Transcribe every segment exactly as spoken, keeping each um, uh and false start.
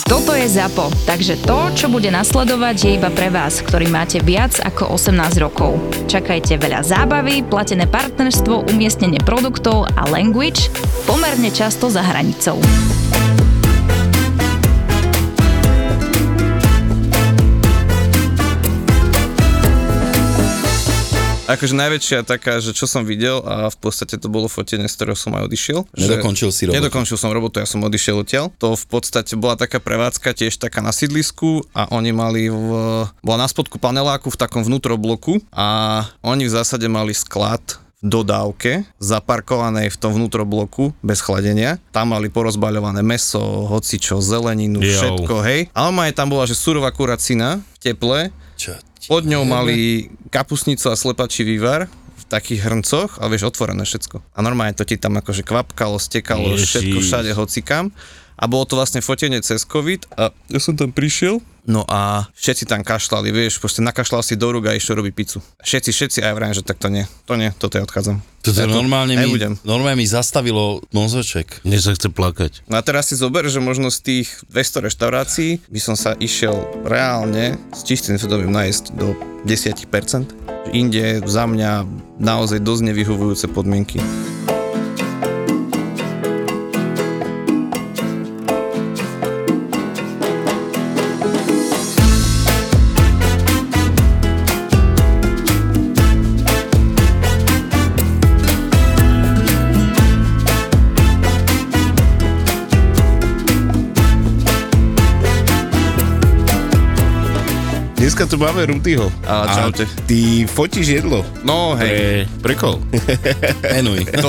Toto je ZAPO, takže to, čo bude nasledovať, je iba pre vás, ktorý máte viac ako osemnásť rokov. Čakajte veľa zábavy, platené partnerstvo, umiestnenie produktov a language pomerne často za hranicou. Akože najväčšia taká, že čo som videl a v podstate to bolo fotenie, z ktorého som aj odišiel. Nedokončil si robotu. Nedokončil som robotu, ja som odišiel odtiaľ. To v podstate bola taká prevádzka tiež taká na sídlisku a oni mali v, bola na spodku paneláku v takom vnútrobloku a oni v zásade mali sklad v dodávke, zaparkovanej v tom vnútrobloku bez chladenia. Tam mali porozbaľované mäso, hocičo, zeleninu, Jo. všetko, hej. Ale aj tam bola, že surová kuracina v teple. Čo? Pod ňou mali kapustnicu a slepačí vývar v takých hrncoch, ale vieš, otvorené všetko. A normálne to ti tam akože kvapkalo, stekalo, Ježiš. všetko všade hocikam. A bolo to vlastne fotenie cez COVID a ja som tam prišiel, no a všetci tam kašľali, vieš, proste nakašľal si do rúk a išiel robiť pizzu. Všetci, všetci aj vrajím, že tak to nie, to nie, toto ja odchádzam. Toto Ja to normálne, mi, nebudem. normálne mi zastavilo mozeček. Mne sa chce plakať. No a teraz si zober, že možno z tých dvesto reštaurácií by som sa išiel reálne s čistým svedomím nájsť do desať percent. Inde za mňa naozaj dosť nevyhovujúce podmienky. Dneska tu máme Rudyho. A čaute. Ty fotíš jedlo. No hej. Pre prekol. Enuj. To,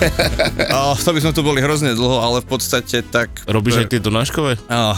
a to by sme tu boli hrozne dlho, ale v podstate tak... Robíš aj tieto náškové? Á.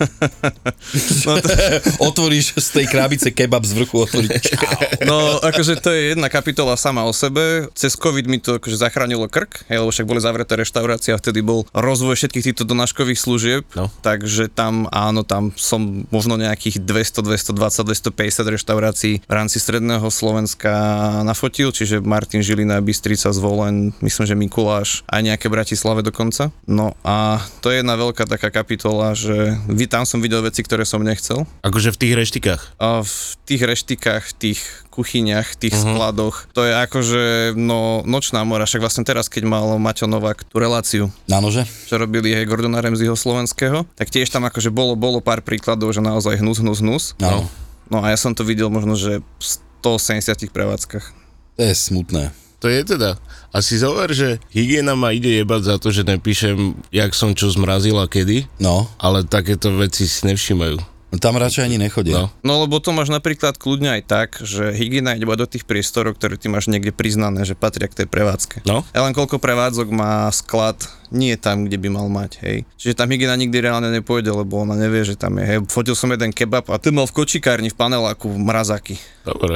No, to, Otvoríš z tej krábice kebab z vrchu, otvoríš. no akože to je jedna kapitola sama o sebe. Cez COVID mi to akože zachránilo krk, hej, lebo však boli zavreté reštaurácie a vtedy bol rozvoj všetkých týchto donáškových služieb. No. Takže tam, áno, tam som možno nejakých dvesto, dvestodvadsať, dvestopäťdesiat reštaurácií v rámci stredného Slovenska nafotil, čiže Martin, Žilina, Bystrica, Zvolen, myslím, že Mikuláš, aj nejaké Bratislave dokonca. No a to je jedna veľká taká kapitola, že vy tam som videl veci, ktoré som nechcel. Akože v tých reštikách. A v tých reštikách, v tých kuchyniach, v tých uh-huh. skladoch, to je akože no, nočná mora, však vlastne teraz, keď mal Maťo Novák tú reláciu, Na nože? čo robili aj Gordona Ramsayho slovenského, tak tiež tam akože bolo, bolo pár príkladov, že naozaj hnus, hnus, hnus. Áno. No a ja som to videl možno, že v stoosemdesiatich prevádzkach. To je smutné. To je teda. A si zover, že hygiena ma ide jebať za to, že nepíšem, jak som čo zmrazil a kedy, No, ale takéto veci si nevšimajú. tam radšej ani nechodia. No. No lebo to máš napríklad kľudne aj tak, že hygiena ide iba do tých priestorov, ktoré ty máš niekde priznané, že patria k tej prevádzke. No. Ja len koľko prevádzok má sklad, nie tam, kde by mal mať, hej. Čiže tam hygiena nikdy reálne nepôjde, lebo ona nevie, že tam je, hej. Fotil som jeden kebab a ten mal v kočikárni v paneláku mrazáky. Dobre.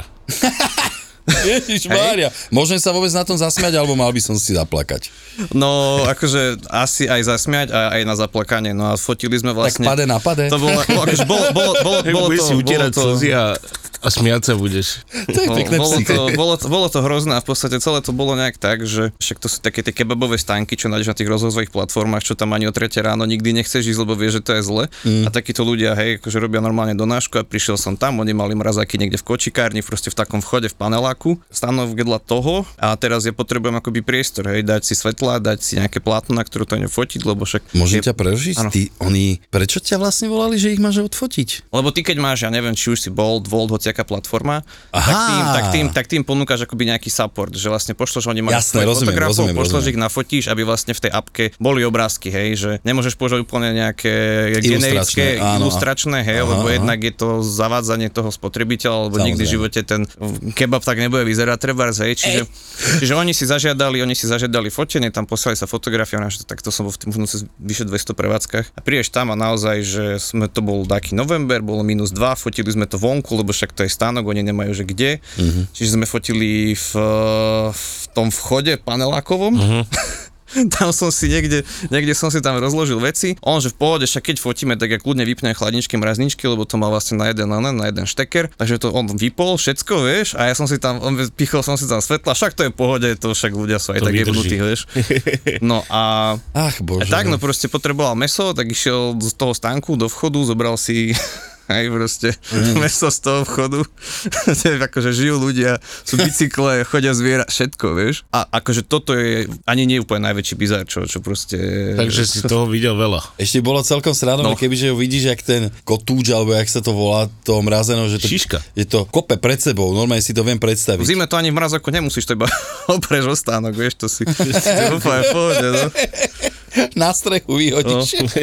Ježišmária, môžem sa vôbec na tom zasmiať, alebo mal by som si zaplakať? No, akože asi aj zasmiať a aj na zaplakanie, no a fotili sme vlastne... Tak pade na pade? To bolo, akože bolo, bolo, bolo, bolo Budeš to... si utierať bolo to, slzy a, a smiať sa budeš. To je No, pekné bolo, psyché. to, bolo, to, bolo to hrozné a v podstate celé to bolo nejak tak, že však to sú také tie kebabové stánky, čo nájdeš na tých rozhlasových platformách, čo tam ani o tretie ráno nikdy nechceš ísť, lebo vieš, že to je zle. Mm. A takíto ľudia, hej, akože robia normálne donášku a prišiel som tam, oni mali mrazáky niekde v kočikárni, proste v takom vchode v paneláku. Stanov vedľa toho a teraz ja potrebujem akoby priestor, hej, dať si svetla, dať si nejaké plátno, na ktorú to nefotiť, lebo však... Môžem je, ťa prerušiť? Áno. Ty, oni, prečo ťa vlastne volali, že ich máš odfotiť? Lebo ty keď máš, ja neviem, či už si Bolt, Volt, hociaká platforma, Aha. tak tým, tak, tým, tak tým ponúkaš akoby nejaký support, že vlastne pošloš, oni majú Jasné, rozumiem, fotografov, rozumiem, pošloš rozumiem. ich, nafotíš, aby vlastne v tej appke boli obrázky, hej, že nemôžeš použiť úplne nejaké generické, áno. ilustračné, hej, Aha, lebo aha. jednak je to zavádzanie toho spotrebiteľa, lebo Samozrejme. nikdy v živote ten kebab tak nebude vyzerať trebárs, hej, čiže, čiže oni si zažiadali, oni si zažiadali fotenie, tam poslali sa fotografie, tak to som bol v tým vnúci vyše dvesto prevádzkach a prídeš tam a naozaj, že sme to bol taký november, bolo minus dva, fotili sme to vonku, lebo však to je stánok, oni nemajú, že kde, mm-hmm. čiže sme fotili v, v tom vchode panelákovom. Mm-hmm. tam som si niekde, niekde som si tam rozložil veci. On, že v pohode, však keď fotíme, tak ja kľudne vypnem chladničky, mrazničky, lebo to má vlastne na jeden, na jeden šteker. Takže to on vypol všetko, vieš, a ja som si tam, on pichol som si tam svetla, však to je v pohode, to však ľudia sú aj to tak jebnutí, vieš. No a, Ach, bože. a tak, no proste potreboval mäso, tak išiel z toho stánku do vchodu, zobral si aj proste mm. mäso z toho vchodu. Akože žijú ľudia, sú bicykle, chodia zviera, všetko, vieš. A akože toto je ani nie úplne najväčší bizár, čo, čo proste... Takže si toho videl veľa. Ešte bolo celkom srandové, no. Kebyže ho vidíš, jak ten kotúč, alebo jak sa to volá, to mrazeno, že to, Šiška. Že to kope pred sebou, normálne si to viem predstaviť. V zime to ani v mrazáku nemusíš, to iba opreš o stánok, vieš, to si... to úplne v pohode, no. Na strechu vyhodíš. No.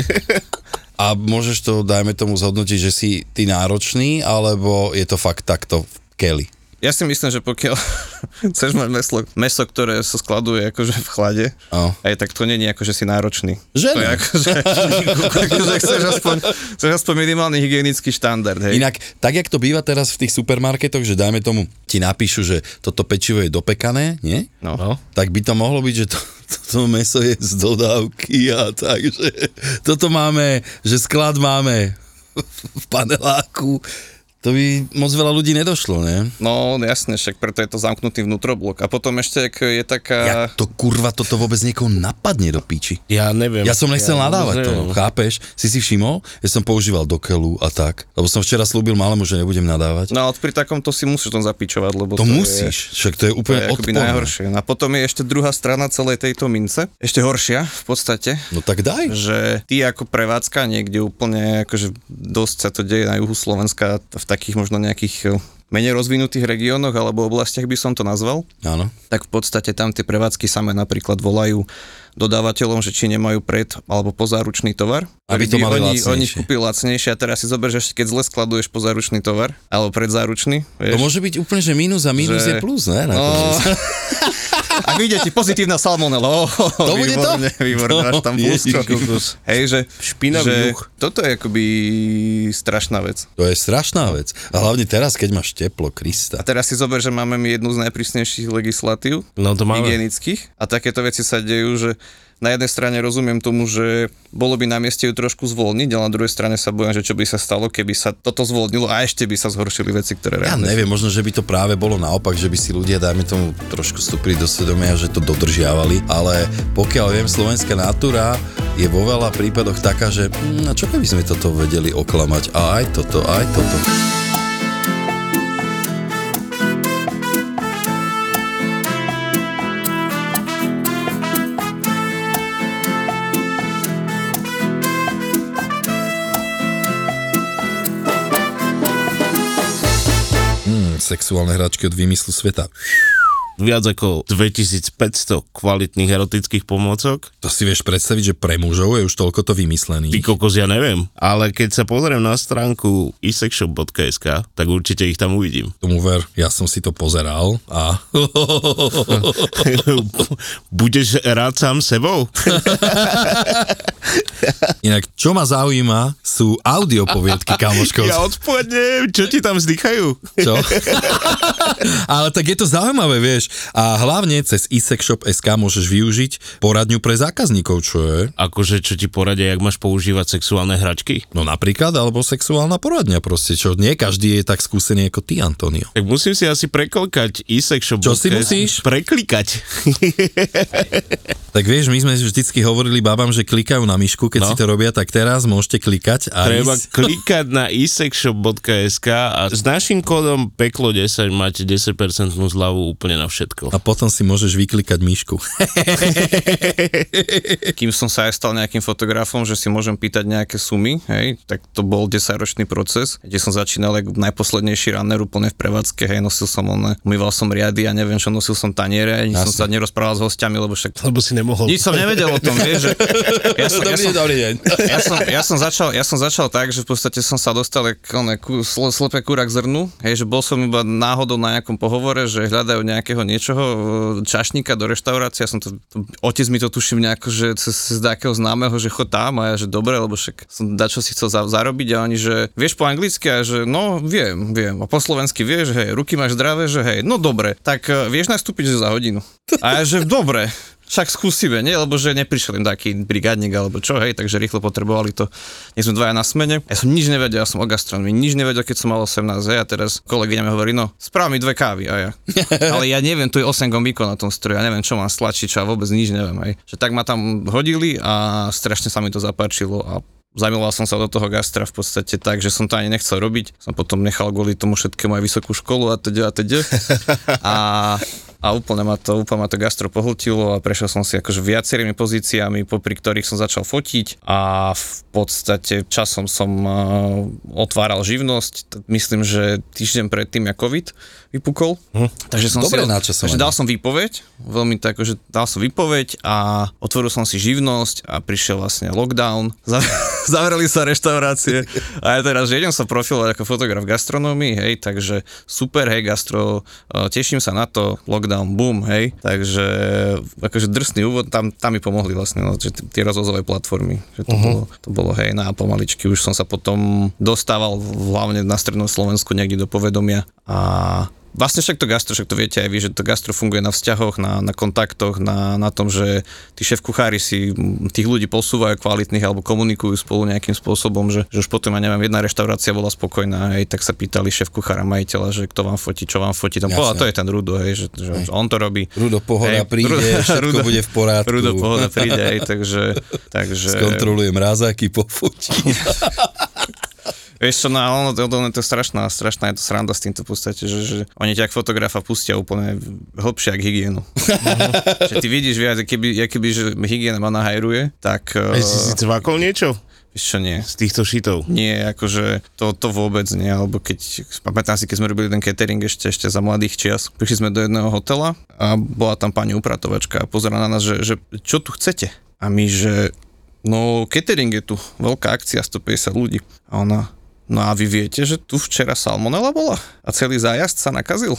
A môžeš to, dajme tomu, zhodnotiť, že si ty náročný, alebo je to fakt takto v keli? Ja si myslím, že pokiaľ chceš mať meso, meso, ktoré sa skladuje akože v chlade, oh. aj tak to nie je akože si náročný. Že to je akože, akože chceš, aspoň, chceš aspoň minimálny hygienický štandard, hej. Inak, tak jak to býva teraz v tých supermarketoch, že dajme tomu, ti napíšu, že toto pečivo je dopekané, nie? No. no. Tak by to mohlo byť, že to, toto meso je z dodávky a tak, že toto máme, že sklad máme v paneláku. To by moc veľa ľudí nedošlo, ne? No jasne, však preto je to zamknutý vnútroblok. A potom ešte, ak je taká... Ja to kurva, toto vôbec niekoho napadne do píči. Ja neviem. Ja som nechcel ja nadávať to, no, chápeš? Si si všimol? Ja som používal dokelu a tak. Lebo som včera slúbil malému, že nebudem nadávať. No ale pri takomto si musíš to zapíčovať, lebo to, to musíš, je, však to je úplne to je odporné. najhoršie. A potom je ešte druhá strana celej tejto mince, ešte horšia v podstate. No tak daj. Že ty ako prevádzka niekde úplne, akože dosť sa to deje na juhu Slovenska v takých možno nejakých menej rozvinutých regiónoch alebo oblastiach by som to nazval. Áno. Tak v podstate tam tie prevádzky samé napríklad volajú dodávateľom, že či nemajú pred alebo pozáručný tovar. Aby to mali oni, lacnejšie. Oni kúpili lacnejšie a teraz si zober, že ešte keď zle skladuješ pozáručný tovar alebo predzáručný. Vieš, To môže byť úplne, že mínus a mínus že... je plus, ne? No... A vyjde ti pozitívna salmonela. Oh, to bude to? Výborné, máš tam plusko. Hej, že, špinavý že toto je akoby strašná vec. To je strašná vec. A hlavne teraz, keď máš teplo, Krista. A teraz si zober, že máme my jednu z najprísnejších legislatív no to máme. hygienických a takéto veci sa dejú, že na jednej strane rozumiem tomu, že bolo by na mieste ju trošku zvolniť, ale na druhej strane sa bojím, že čo by sa stalo, keby sa toto zvolnilo a ešte by sa zhoršili veci, ktoré Ja reálne neviem, možno, že by to práve bolo naopak, že by si ľudia, dajme tomu, trošku vstúpili do svedomia, že to dodržiavali, ale pokiaľ viem, slovenská natúra je vo veľa prípadoch taká, že hm, a čo keby sme toto vedeli oklamať? A aj toto, aj toto. Sexuálne hračky od výmyslu sveta. Viac ako dvetisícpäťsto kvalitných erotických pomôcok. To si vieš predstaviť, že pre mužov je už toľko to vymyslených. Ty kokos, ja neviem. Ale keď sa pozriem na stránku e sex shop bodka es ká, tak určite ich tam uvidím. Tomu ver, ja som si to pozeral a... Budeš rád sám sebou? Inak, čo ma zaujíma, sú audiopoviedky, kamoško. Ja odpadnem, čo ti tam vzdychajú? Čo? Ale tak je to zaujímavé, vieš. A hlavne cez e sex shop bodka es ká môžeš využiť poradňu pre zákazníkov, čo je? Akože, čo ti poradia, jak máš používať sexuálne hračky? No napríklad, alebo sexuálna poradňa proste, čo nie každý je tak skúsený ako ty, Antonio. Tak musím si asi preklikať e sex shop bodka es ká. Čo si musíš? Preklikať. Tak vieš, my sme vždycky hovorili babám, že klikajú na myšku, keď no. si to robia, tak teraz môžete klikať a Treba ísť... klikať na e sex shop bodka es ká a s naším kódom peklo desať máte desať percent zľavu úplne na všetko. A potom si môžeš vyklikať myšku. Kým som sa aj stal nejakým fotografom, že si môžem pýtať nejaké sumy, hej, tak to bol desaťročný proces, kde som začínal ako najposlednejší runner úplne v prevádzke, hej, nosil som oné, umýval som riady a neviem čo, nosil som taniere, ani som sa nerozprával s hostiami, lebo však... Lebo si nemohol. Nič som nevedel o tom, vieš, že... Ja som, ja som, dobrý deň. ja, som, ja, som začal, ja som začal tak, že v podstate som sa dostal ako sl, slepé kúra k zrnu, hej, že bol som iba náhodou na nejakom pohovore, že hľadajú nejakého niečoho, čašníka do reštaurácie, ja som to, to, otec mi to tuším nejako, že cez nejakého známeho, že chod tam a ja, že dobre, lebo však som dačo si chcel za, zarobiť a oni, že vieš po anglicky a že no, viem, viem a po slovensky vieš, hej, ruky máš zdravé, že hej, no dobre, tak vieš nastúpiť že za hodinu. A ja, že dobre. však skúsime, nie? Lebo že neprišiel im taký brigádnik alebo čo, hej, takže rýchlo potrebovali to. Nie sme dvaja na smene. Ja som nič nevedel, ja som o gastronomii, nič nevedel, keď som mal osemnásť, hej, a teraz kolegyňa mi hovorí, no, správ mi dve kávy a ja. Ale ja neviem, tu je osem gombíkov na tom stroji, ja neviem, čo mám stlačiť, čo ja vôbec nič neviem, hej. Že tak ma tam hodili a strašne sa mi to zapáčilo a zamiloval som sa do toho gastra v podstate tak, že som to ani nechcel robiť. Som potom nechal kvôli tomu všetkému aj vysokú školu a teda a teda. A, a úplne ma to, úplne ma to gastro pohltilo a prešiel som si akože viacerými pozíciami, popri ktorých som začal fotiť a v podstate časom som uh, otváral živnosť. Myslím, že týždeň predtým, ako COVID vypukol. Hm. Takže som Dobre, si, takže dal som výpoveď, veľmi tak, že dal som výpoveď a otvoril som si živnosť a prišiel vlastne lockdown. Zavreli sa reštaurácie a ja teraz, že idem sa profilovať ako fotograf v gastronómii, hej, takže super, hej, gastro, teším sa na to, lockdown, boom, hej, takže akože drsný úvod, tam, tam mi pomohli vlastne, no, že tie rozhozové platformy, že to, uh-huh. bolo, to bolo, hej, no a pomaličky už som sa potom dostával hlavne na strednom Slovensku niekde do povedomia a vlastne však to gastro, však to viete aj vy, že to gastro funguje na vzťahoch, na, na kontaktoch, na, na tom, že tí šéf-kuchári si tých ľudí posúvajú kvalitných alebo komunikujú spolu nejakým spôsobom, že, že už potom, ja neviem, jedna reštaurácia bola spokojná, hej, tak sa pýtali šéf-kuchára, majiteľa, že kto vám fotí, čo vám fotí, tam povedal, to je ten Rudo, hej, že, že on to robí. Rudo Pohoda hej, príde, Rudo, všetko Rudo, bude v poriadku. Rudo Pohoda príde, hej, takže, takže... Skontrolujem rázáky, pofotí. Vieš čo, no, ono, ono je to strašná, strašná je to sranda s týmto v podstate, že, že oni ťa ako fotografa pustia úplne hlbšie ako hygienu. Uh-huh. Že ty vidíš viac, keby, keby že hygiena ma nahajruje, tak... Aj si si cvakol niečo? Vieš čo, nie. Z týchto šitov? Nie, akože to, to vôbec nie, alebo keď, pamätám si, keď sme robili ten catering ešte, ešte za mladých čias, prišli sme do jedného hotela a bola tam pani upratovačka a pozerala na nás, že, že čo tu chcete? A my, že no catering je tu, veľká akcia, stopäťdesiat ľudí. A ona... No a vy viete, že tu včera salmonela bola a celý zájazd sa nakazil.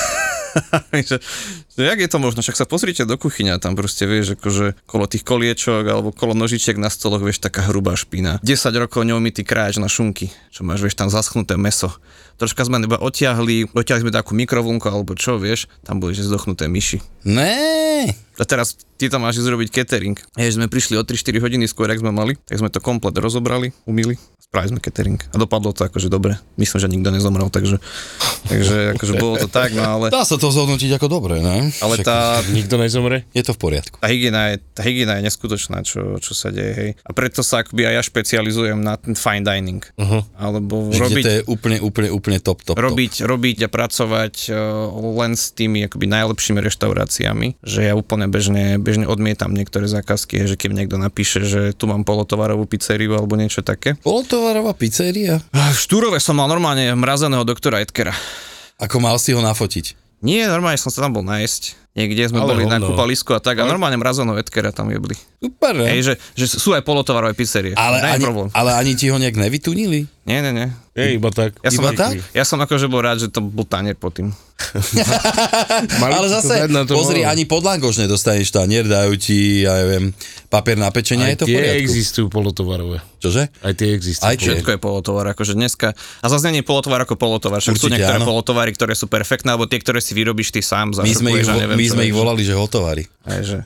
že, že jak je to možno, však sa pozrite do kuchyňa, tam proste vieš, akože kolo tých koliečok alebo kolo nožičiek na stoloch, vieš, taká hrubá špina. desať rokov neumytý kráč na šunky, čo máš, vieš, tam zaschnuté mäso. Troška sme iba odtiahli, odtiahli sme takú mikrovlnku alebo čo, vieš, tam boli že zdochnuté myši. Né. A teraz ty tam máš ísť robiť catering. Jež sme prišli o tri štyri hodiny skôr, jak sme mali, tak sme to komplet rozobrali, umýli, spravili sme catering. A dopadlo to akože dobre. Myslím, že nikto nezomrel, takže, takže akože bolo to tak, no ale... Dá sa to zhodnotiť ako dobre, ne? Ale však tá... Nikto nezomre? Je to v poriadku. Tá hygiena je, tá hygiena je neskutočná, čo, čo sa deje, hej. A preto sa akoby aj ja špecializujem na ten fine dining. Uh-huh. Alebo Že robiť... to je úplne, úplne, úplne top, top, robiť, top. robiť a pracovať uh, len s tými akoby najlepšími reštauráciami, že ja úplne bežne, bežne odmietam niektoré zákazky, že keď niekto napíše, že tu mám polotovarovú pizzeriu alebo niečo také. Polotovarová pizzeria? V Štúrove som mal normálne mrazeného doktora Edkera. Ako mal si ho nafotiť? Nie, normálne som sa tam bol nájsť. Niekde sme Ale boli ono. na kúpalisku a tak a normálne mrazeného Edkera tam jebli. Super, ne? Hej, že, že sú aj polotovarové pizzerie. Ale ani, problém. ale ani ti ho nejak nevytunili? Nie, nie, nie. Je iba tak. Ja som, Iba tak? Ja som akože bol rád, že to bol tanier pod tým. Ale zase, pozri, ani pod langoš nedostaneš tanier, dajú ti, ja neviem, papier na pečenie, Aj je to v tie poriadku. existujú polotovarové. Čože? Aj tie existujú. Aj tie. Všetko je polotovar, akože dneska. A zase nie je polotovar ako polotovar, však sú Určite niektoré áno. polotovary, ktoré sú perfektné, alebo tie, ktoré si vyrobíš ty sám. My sme ich, zašrupuješ a vo- neviem my čo, sme ich vieš. volali, že hotovári. Hej, že.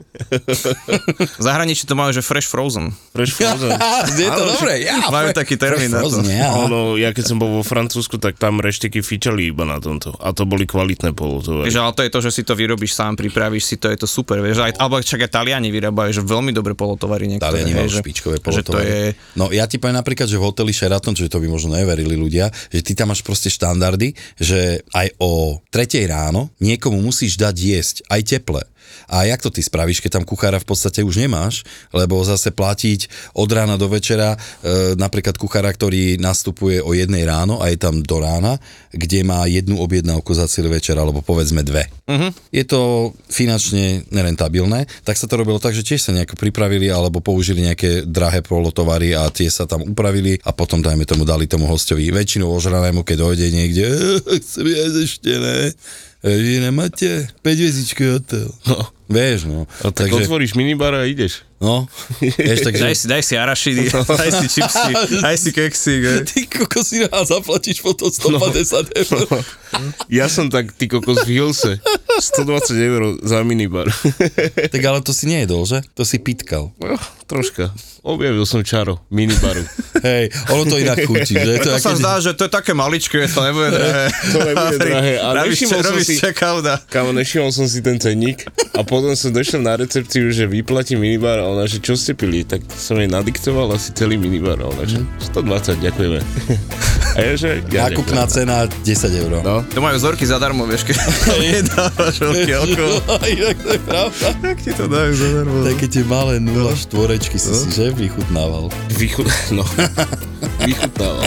V zahraničí to majú, že fresh frozen. Fresh frozen. Je to dobré, ja. Majú taký termín na to. Frozen, ja. Ono, ja keď som bol vo Francúzsku, tak tam reštiky fičali iba na tomto. A to boli kvalitné polotovary. Vieš, ale to je to, že si to vyrobíš sám, pripravíš si to, je to super, vieš. Aj, alebo však aj Taliani vyrábajú, že veľmi dobre polotovary niektoré. Taliani hej, majú že- špičkové že to polotovary. je... No ja ti poviem napríklad, že v hoteli Sheraton, čo to by možno neverili ľudia, že ty tam máš proste štandardy, že aj o tretej ráno niekomu musíš dať jesť, aj teple. A jak to ty spravíš, keď tam kuchára v podstate už nemáš, lebo zase platiť od rána do večera, e, napríklad kuchára, ktorý nastupuje o jednej ráno a je tam do rána, kde má jednu objednávku za celý večer, alebo povedzme dve. Uh-huh. Je to finančne nerentabilné, tak sa to robilo tak, že tiež sa nejako pripravili alebo použili nejaké drahé polotovary a tie sa tam upravili a potom dajme tomu dali tomu hostovi väčšinou ožranému, keď dojde niekde, chcem jesť ešte, ne? Vy nemáte päť hviezdičkový hotel. No. Vieš, no. A tak takže... otvoríš minibar a ideš. No, vieš, takže... Daj si, daj si arašidy, daj si čipsy, daj si keksy. Ty kokos si a zaplatíš potom stopäťdesiat eur. No. Ja som tak, ty kokos v Hilse. stodvadsať eur za minibar. Tak ale to si nejedol, že? To si pitkal. No, troška. Objavil som čaro minibaru. Hej, ono to inak chutí, že? To, to sa keď... zdá, že to je také maličké, to nebude drahé. To nebude drahé. A nevšimol som si... Kámo, nevšimol som si ten cenník a potom som došiel na recepciu, že vyplatí minibar a ona, že čo ste pili? Tak som jej nadiktoval asi celý minibar a ona, že stodvadsať, ďakujeme. A ja, že... Ja nákupná cena desať eur. No. To majú vzorky zadarmo, vieš, keď nedávaš veľké okolo. Inak to je pravda. Tak ti to dajú zadarmo. Také tie malé nula štvorečky si si, že? Vychutnával. Vychut... No. Vychutnával.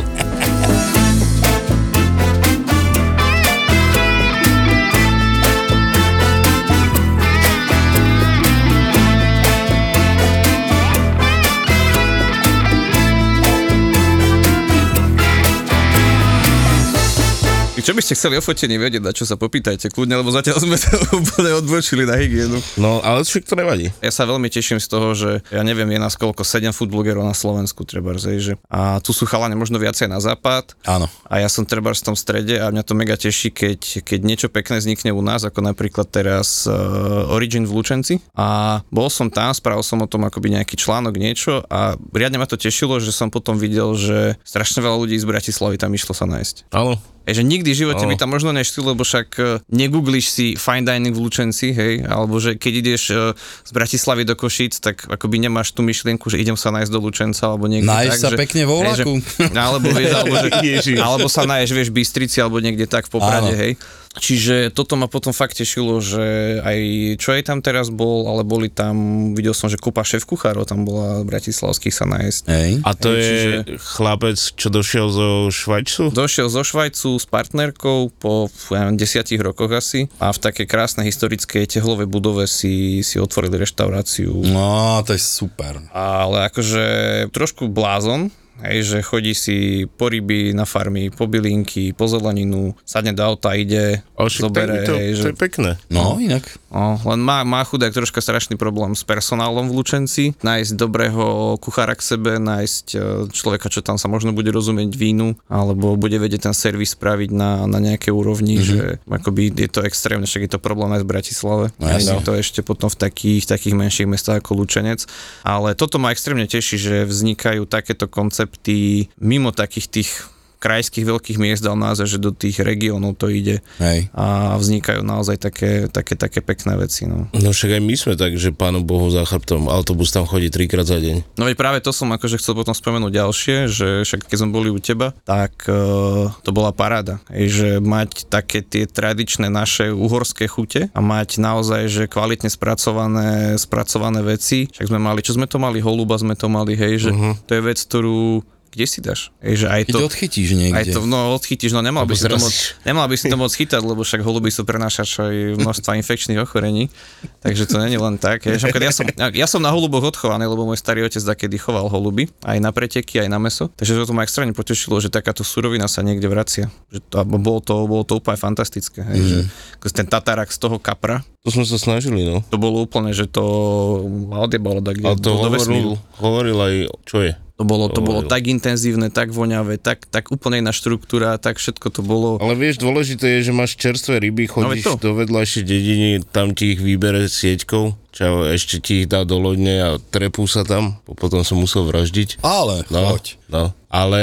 Čo by ste chceli o fotení vedieť, na čo sa popýtajte kľudne, lebo zatiaľ sme to úplne odbočili na hygienu. No, ale však to nevadí. Ja sa veľmi teším z toho, že ja neviem, je nás koľko, sedem foodblogerov na Slovensku, trebárs, že a tu sú chalane možno viacej na západ. Áno. A ja som trebárs v tom strede a mňa to mega teší, keď, keď niečo pekné vznikne u nás, ako napríklad teraz uh, Origin v Lučenci. A bol som tam, spravil som o tom akoby nejaký článok, niečo a riadne ma to tešilo, že som potom videl, že strašne veľa ľudí z Bratislavy tam išlo sa nájsť. Áno. Je, že nikdy v živote oh. by tam možno nešli, lebo však uh, negoogliš si fine dining v Lučenci, hej, alebo že keď ideš uh, z Bratislavy do Košíc, tak akoby nemáš tú myšlienku, že idem sa nájsť do Lučenca, alebo niekde nájsť tak. sa že, pekne vo vlaku. Hej, že, alebo, vieš, alebo, že, alebo sa náješ, vieš, v Bystrici, alebo niekde tak v Poprade, hej. Čiže toto ma potom fakt tešilo, že aj čo aj tam teraz bol, ale boli tam, videl som, že kúpa šéf-kuchárov tam bola bratislavských sa nájsť. Hej. A to hej, je čiže... chlapec, čo došiel zo Švajcu? Došiel zo Švajcu s partnerkou po ja neviem, desiatich rokoch asi a v takej krásnej historickej tehlovej budove si, si otvorili reštauráciu. No, to je super. Ale akože trošku blázon. Hej, že chodí si po ryby na farmy, po bylinky, po zeleninu, sadne do auta, ide, zobere. To, hej, to že... je pekné. No, inak. No, len má, má chudák troška strašný problém s personálom v Lučenci, nájsť dobrého kuchára k sebe, nájsť človeka, čo tam sa možno bude rozumieť vínu, alebo bude vedieť ten servis spraviť na, na nejaké úrovni, mm-hmm. že akoby je to extrémne, však je to problém aj v Bratislave. No, je to ešte potom v takých, takých menších mestách ako Lučenec. Ale toto ma extrémne teší, že vznikajú takéto koncepty mimo takých tých krajských veľkých miest, ale naozaj, že do tých regiónov to ide. Hej. A vznikajú naozaj také, také, také pekné veci. No. no však aj my sme tak, že Pánu Bohu za chrbtom, autobus tam chodí trikrát za deň. No veď práve to som akože chcel potom spomenúť ďalšie, že však keď sme boli u teba, tak uh, to bola paráda. Ej, že mať také tie tradičné naše uhorské chute a mať naozaj, že kvalitne spracované, spracované veci. Však sme mali, čo sme to mali, holuba sme to mali, hej, že uh-huh. to je vec, ktorú kde si dáš? Ej, že aj Keď to, odchytíš niekde. Aj to, no odchytíš, no nemal by, si to moc, nemal by si to moc chytať, lebo však holuby sú prenášač aj množstva infekčných ochorení, takže to nie je len tak. Ja, ja, som, ja som na holuboch odchovaný, lebo môj starý otec dakedy choval holuby, aj na preteky, aj na mäso, takže to ma extrémne potešilo, že takáto surovina sa niekde vracia. Že to, bolo, to, bolo to úplne fantastické, hej, mm. že ten tatarak z toho kapra, to sme sa snažili, no. To bolo úplne, že to ma odjebalo tak, ale to hovoril, hovoril aj, čo je. To bolo, to bolo tak intenzívne, tak voňavé, tak, tak úplne iná štruktúra, tak všetko to bolo. Ale vieš, dôležité je, že máš čerstvé ryby, chodíš no, do vedľajšej dediny, tam ti ich vybere sieťkou, čo ešte ti ich dá do loďne a trepú sa tam, potom som musel vraždiť. Ale, no, choď. No, ale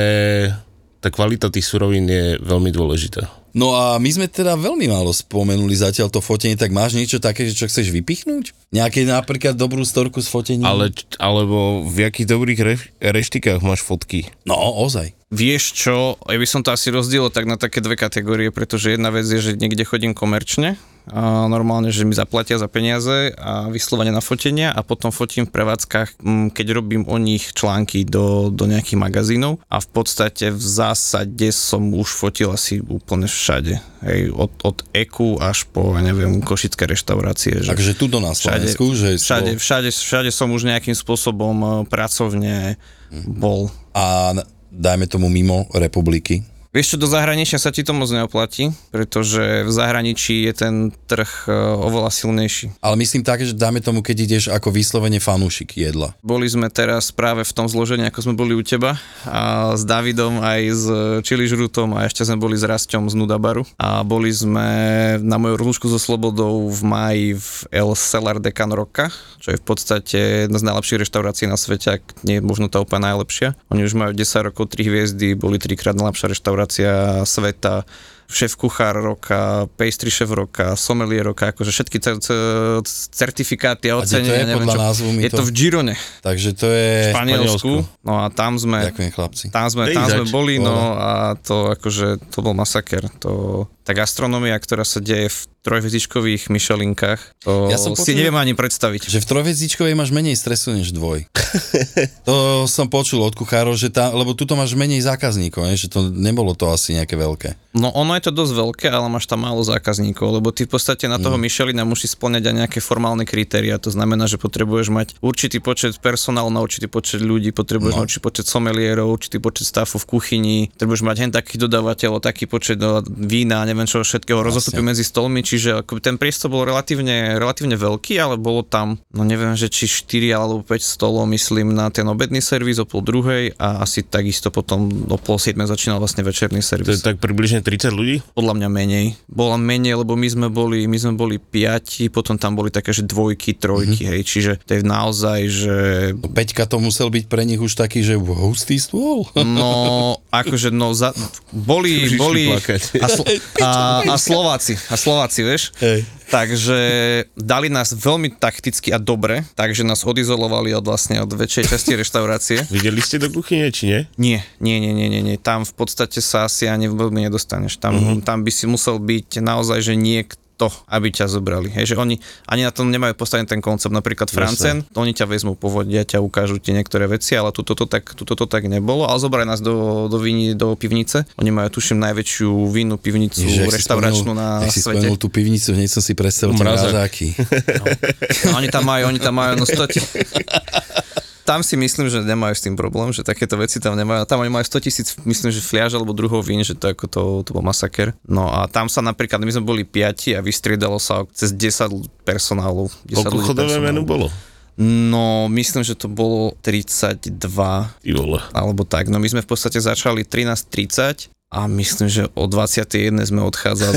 tá kvalita tých surovín je veľmi dôležitá. No a my sme teda veľmi málo spomenuli zatiaľ to fotenie, tak máš niečo také, čo chceš vypichnúť? Nejaké napríklad dobrú storku s fotením? Ale, alebo v jakých dobrých re, reštikách máš fotky? No, ozaj. Vieš čo, ja by som to asi rozdielil tak na také dve kategórie, pretože jedna vec je, že niekde chodím komerčne, a normálne, že mi zaplatia za peniaze a vyslovene na fotenia a potom fotím v prevádzkach, keď robím o nich články do, do nejakých magazínov a v podstate v zásade som už fotil asi úplne všade. Hej, od, od eku až po, ja neviem, košické reštaurácie. Že Takže tu do nás Slovensku, že... Všade, všade, všade som už nejakým spôsobom pracovne bol. A dajme tomu mimo republiky? Vieš čo, do zahraničia sa ti to moc neoplatí, pretože v zahraničí je ten trh oveľa silnejší. Ale myslím tak, že dáme tomu, keď ideš ako vyslovene fanúšik jedla. Boli sme teraz práve v tom zložení, ako sme boli u teba, a s Davidom aj s Čili Žrutom a ešte sme boli s Rasťom z Nudabaru a boli sme na moju rozlúčku so Slobodou v máji v El Cellar de Can Roca, čo je v podstate jedna z najlepších reštaurácií na svete, ak nie je možno tá úplne najlepšia. Oni už majú desať rokov, tri hviezdy, boli trikrát najlepšia reštaurácia sveta, šéf kuchár roka, pastry šéf roka, sommelier roka, akože všetky c- c- certifikáty a ocenenia, neviem čo. Je to, to v Girone. Takže to je v Španielsku. No a tam sme, ďakujem chlapci. Tam sme, tam sme boli, no a to akože, to bol masaker. To, tá gastronomia, ktorá sa deje v trojhviezdičkových Michelinkách, to ja si počul, neviem ani predstaviť. Že v trojhviezdičkovej máš menej stresu než dvoj. To som počul od kuchárov, že tá, lebo tuto máš menej zákazníkov, ne? Že to nebolo to asi nejaké veľké. No ono je to dosť veľké, ale máš tam málo zákazníkov, lebo ty v podstate na toho mm. Michelina musíš spĺňať aj nejaké formálne kritériá, to znamená, že potrebuješ mať určitý počet personálu na určitý počet ľudí, potrebuješ no. mať určitý počet sommeliérov, určitý počet stafu v kuchyni, potrebuješ mať hen takých dodávateľov, taký počet vína, neviem čo všetkého, rozostupy medzi stolmi, čiže ten priestor bol relatívne, relatívne veľký, ale bolo tam, no neviem, že či štyri alebo päť stolov, myslím, na ten obedný servis o pol druhej a asi takisto potom o pol siedmej začínal vlastne večerný servis. To je tak približne tridsať ľudí? Podľa mňa menej. Bola menej, lebo my sme boli, my sme boli piati, potom tam boli také, že dvojky, trojky, mm-hmm. hej, čiže to je naozaj, že... Peťka to musel byť pre nich už taký, že hustý stôl. No, akože, no, za, boli, boli... A, sl- a, a Slováci, a Slováci, vieš? Hej. Takže dali nás veľmi takticky a dobre, takže nás odizolovali od vlastne od väčšej časti reštaurácie. Videli ste do kuchyne, či nie? Nie, nie, nie, nie, nie, nie. Tam v podstate sa asi ani veľmi nedostaneš. Tam, uh-huh. tam by si musel byť naozaj, že niekto to, aby ťa zobrali. Hej, že oni ani na tom nemajú postavený ten koncept. Napríklad Francen, oni ťa vezmú, povodia ťa, ukážu ti niektoré veci, ale tuto to tak, tuto to tak nebolo. Ale zobrali nás do, do, víni, do pivnice. Oni majú, tuším, najväčšiu vínu pivnicu, Ježe, reštauračnú na svete. Jak si spomenul tú pivnicu, hneď som si predstavil tie mrazáky. No. No, oni tam majú, oni tam majú, no stoti. Tam si myslím, že nemajú s tým problém, že takéto veci tam nemajú. Tam oni majú sto tisíc, myslím, že fliaž alebo druhov vín, že to, ako to, to bol masaker. No a tam sa napríklad, my sme boli piati a vystriedalo sa cez desať personálov. Koľko chodové menu bolo? No, myslím, že to bolo tridsaťdva. Alebo tak. No my sme v podstate začali trinásť tridsať. A myslím, že o dvadsiatej jednej sme odchádzali,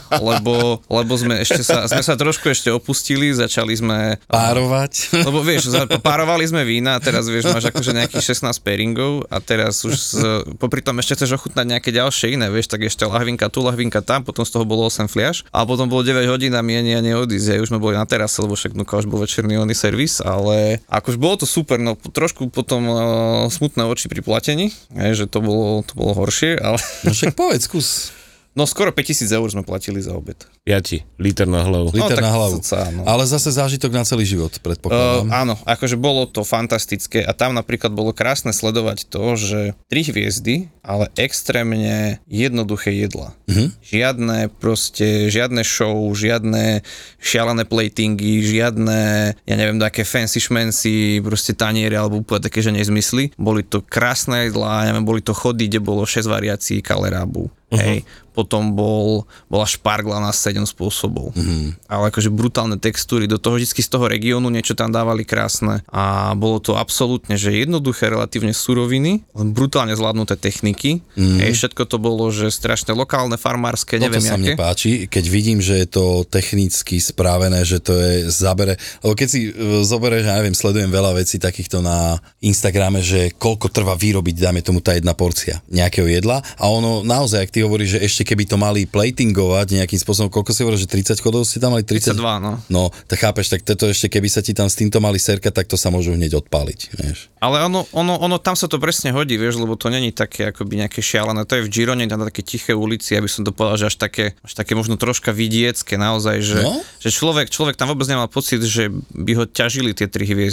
lebo, lebo sme, ešte sa, sme sa trošku ešte opustili, začali sme... Párovať. Lebo vieš, párovali sme vína a teraz vieš, máš akože nejakých šestnásť pairingov a teraz už z, popri tom ešte chceš ochutnať nejaké ďalšie iné, vieš, tak ešte lahvinka tu, lahvinka tam, potom z toho bolo osem fliaž a potom bolo deväť hodín a mieni a neodísť. Už sme boli na terase, lebo však nuka už bol večerný oný servis, ale akož bolo to super, no trošku potom uh, smutné oči pri platení, je, že to bolo, to bolo horšie, ale... No však povedz, skús. No skoro päťtisíc eur sme platili za obed. Ja ti, liter na hlavu. Liter no, na hlavu. Sa, no. Ale zase zážitok na celý život, predpokladám. Uh, áno, akože bolo to fantastické a tam napríklad bolo krásne sledovať to, že tri hviezdy, ale extrémne jednoduché jedla. Uh-huh. Žiadne proste, žiadne show, žiadne šialené platingy, žiadne, ja neviem, také fancy šmency, proste taniere alebo úplne také, že nezmysly. Boli to krásne jedlá, ja neviem, boli to chody, kde bolo šesť variácií kalerábu. Uh-huh. Hej, potom bol, bola špargla na sedem spôsobov. Uh-huh. Ale akože brutálne textúry, do toho vždy z toho regiónu niečo tam dávali krásne a bolo to absolútne, že jednoduché relatívne suroviny, len brutálne zvládnuté techniky. Uh-huh. Hej, všetko to bolo, že strašne lokálne, farmárske, neviem jaké. To sa mne páči, keď vidím, že je to technicky správené, že to je zabere, lebo keď si zoberieš, ja neviem, sledujem veľa vecí takýchto na Instagrame, že koľko trvá vyrobiť, dáme tomu tá jedna porcia nejakého jedla a ono naozaj, ak ty hovoríš, že ešte keby to mali platingovať nejakým spôsobom, koľko si hovorí, že tridsať chodov ste tam mali? tridsať? tridsaťdva, no. No, tak chápeš, tak toto ešte keby sa ti tam s týmto mali serkať, tak to sa môžu hneď odpáliť, vieš. Ale ono, ono, ono tam sa to presne hodí, vieš, lebo to není také akoby nejaké šialené, to je v Girone, tam na také tiché ulici, aby som to povedal, že až také, až také možno troška vidiecké naozaj, že, no? že človek, človek tam vôbec nemal pocit, že by ho ťažili tie tri hviezdy.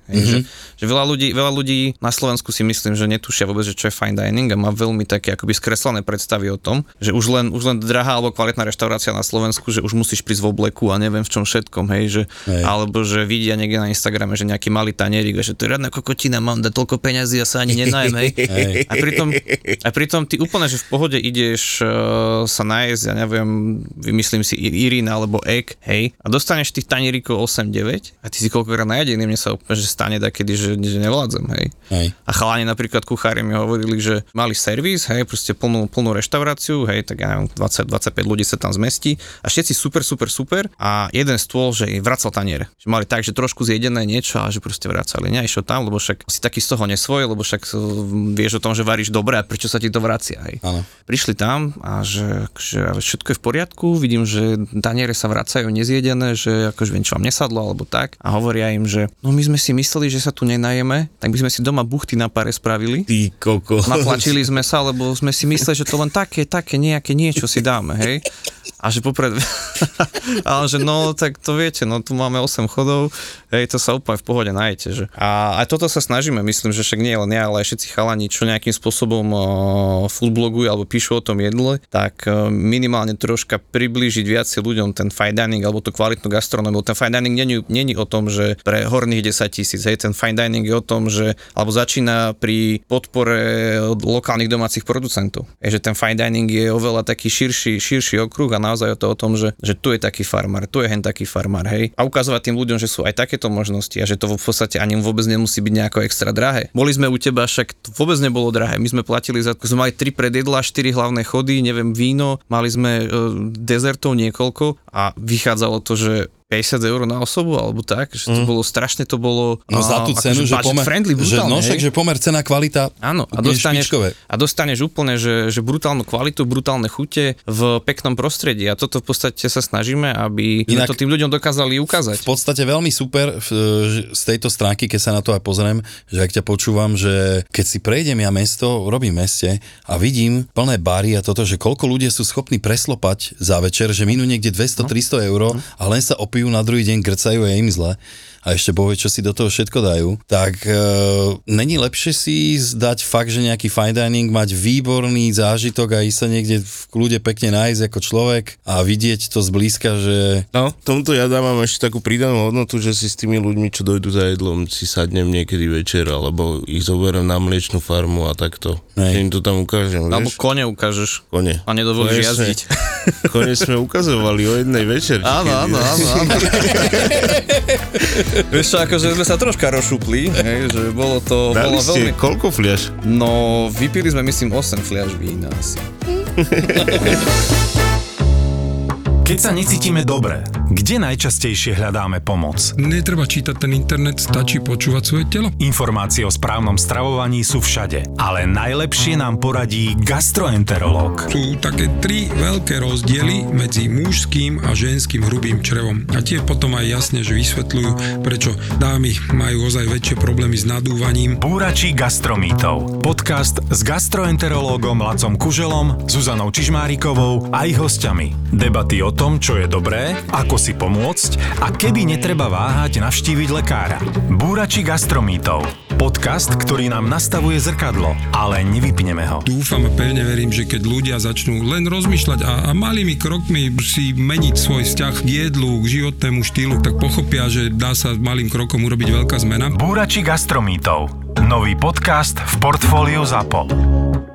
Hej, mm-hmm. že, že veľa, ľudí, veľa ľudí na Slovensku si myslím, že netušia vôbec, že čo je fine dining a má veľmi také akoby skreslené predstavy o tom, že už len, už len drahá alebo kvalitná reštaurácia na Slovensku, že už musíš prísť v obleku a neviem v čom všetkom, hej, že, alebo že vidia niekde na Instagrame, že nejaký malý tanierik, že to je radná kokotina, mám dať toľko peňazí a sa ani nenajem, hej. hej. A pritom, a pritom ty úplne, že v pohode ideš uh, sa nájsť, ja neviem, vymyslím si Irín alebo Egg, hej, a dostaneš tých tanierikov osem deväť a ty si koľkokrát najedený, mne sa úplne, že stane takedy, že, že nevládzem, hej. hej. A chalani napríklad kuchári mi hovorili, že mali servis, hej, proste plnú, plnú reštauráciu, hej, tak ja neviem, dvadsať dvadsaťpäť ľudí sa tam zmestí a všetci super, super, super a jeden stôl, že vracal taniere. Že mali tak, že trošku zjedené niečo a že proste vracali. Nie, išlo tam, lebo však si taký z toho nesvoj, lebo však vieš o tom, že varíš dobre a prečo sa ti to vracia, hej. Áno. Prišli tam a že, že všetko je v poriadku, vidím, že taniere sa vracajú nezjedené, že akože viem, čo vám nesadlo alebo tak a hovoria im, že no my sme si mysleli, že sa tu nenajeme, tak by sme si doma buchty na pare spravili. Ty kokos. Natlačili sme sa, lebo sme si mysleli, že to len také, také nejaké niečo si dáme, hej. A že popred... a on, že no, tak to viete, no tu máme osem chodov, hej, to sa úplne v pohode nájdete, že. A aj toto sa snažíme, myslím, že však nie len ja, ale aj všetci chalani, čo nejakým spôsobom uh, foodblogujú alebo píšu o tom jedle, tak uh, minimálne troška priblížiť viacej ľuďom ten fine dining alebo tú kvalitnú gastronómiu. Ten fine dining není, není o tom, že pre horných desať tisíc, hej, ten fine dining je o tom, že, alebo začína pri podpore lokálnych domácich producentov. Je, že ten fine dining je oveľa taký širší, širší okruh a naozaj je to o tom, že, že tu je taký farmár, tu je hen taký farmár, hej. A ukazovať tým ľuďom, že sú aj takéto možnosti a že to v podstate ani vôbec nemusí byť nejako extra drahé. Boli sme u teba, však to vôbec nebolo drahé. My sme platili za, sme mali tri predjedlá, štyri hlavné chody, neviem, víno, mali sme e, dezertov niekoľko a vychádzalo to, že päťdesiat eur na osobu, alebo tak, že to mm. bolo strašne, to bolo... No za tú cenu, že pomer, friendly, že, no však, že pomer cena, kvalita, áno, a dostaneš, a dostaneš úplne, že, že brutálnu kvalitu, brutálne chute v peknom prostredí a toto v podstate sa snažíme, aby Inak, to tým ľuďom dokázali ukázať. V podstate veľmi super z tejto stránky, keď sa na to aj pozriem, že ak ťa počúvam, že keď si prejdem ja mesto, robím v meste a vidím plné bary a toto, že koľko ľudia sú schopní preslopať za večer, že minú niekde dvesto tristo eur a len sa opijú na druhý deň, grcajú a je im zle a ešte bohvie, čo si do toho všetko dajú, tak e, není lepšie si dať fakt, že nejaký fine dining, mať výborný zážitok a ísť sa niekde v kľude pekne nájsť ako človek a vidieť to zblízka, že... No, tomuto ja dávam ešte takú pridanú hodnotu, že si s tými ľuďmi, čo dojdú za jedlom, si sadnem niekedy večer, alebo ich zoberiem na mliečnú farmu a takto. Že im to tam ukážem, alebo vieš? kone ukážeš. Kone. A nedovolíš kone jazdiť. Sme, kone sme ukazovali o jednej večer. Áno, áno, áno, áno. Vieš čo, akože sme sa troška rozšupli, hej, že bolo to... Dali bolo ste veľmi... koľko fliaš? No, vypili sme myslím osem fliaš vína asi. Keď sa necítime dobre, kde najčastejšie hľadáme pomoc? Netreba čítať ten internet, stačí počúvať svoje telo. Informácie o správnom stravovaní sú všade, ale najlepšie nám poradí gastroenterológ. Sú také tri veľké rozdiely medzi mužským a ženským hrubým črevom. A tie potom aj jasne, že vysvetľujú, prečo dámy majú ozaj väčšie problémy s nadúvaním. Búrači gastromýtov. Podcast s gastroenterológom Lacom Kuželom, Zuzanou Čižmárikovou a ich hostiami. Debaty o tom, čo je dobré, ako si pomôcť a kedy netreba váhať navštíviť lekára. Búrači gastromýtov. Podcast, ktorý nám nastavuje zrkadlo, ale nevypneme ho. Dúfam a pevne verím, že keď ľudia začnú len rozmýšľať a, a malými krokmi si meniť svoj vzťah k jedlu, k životnému štýlu, tak pochopia, že dá sa malým krokom urobiť veľká zmena. Búrači gastromýtov. Nový podcast v portfóliu ZAPO.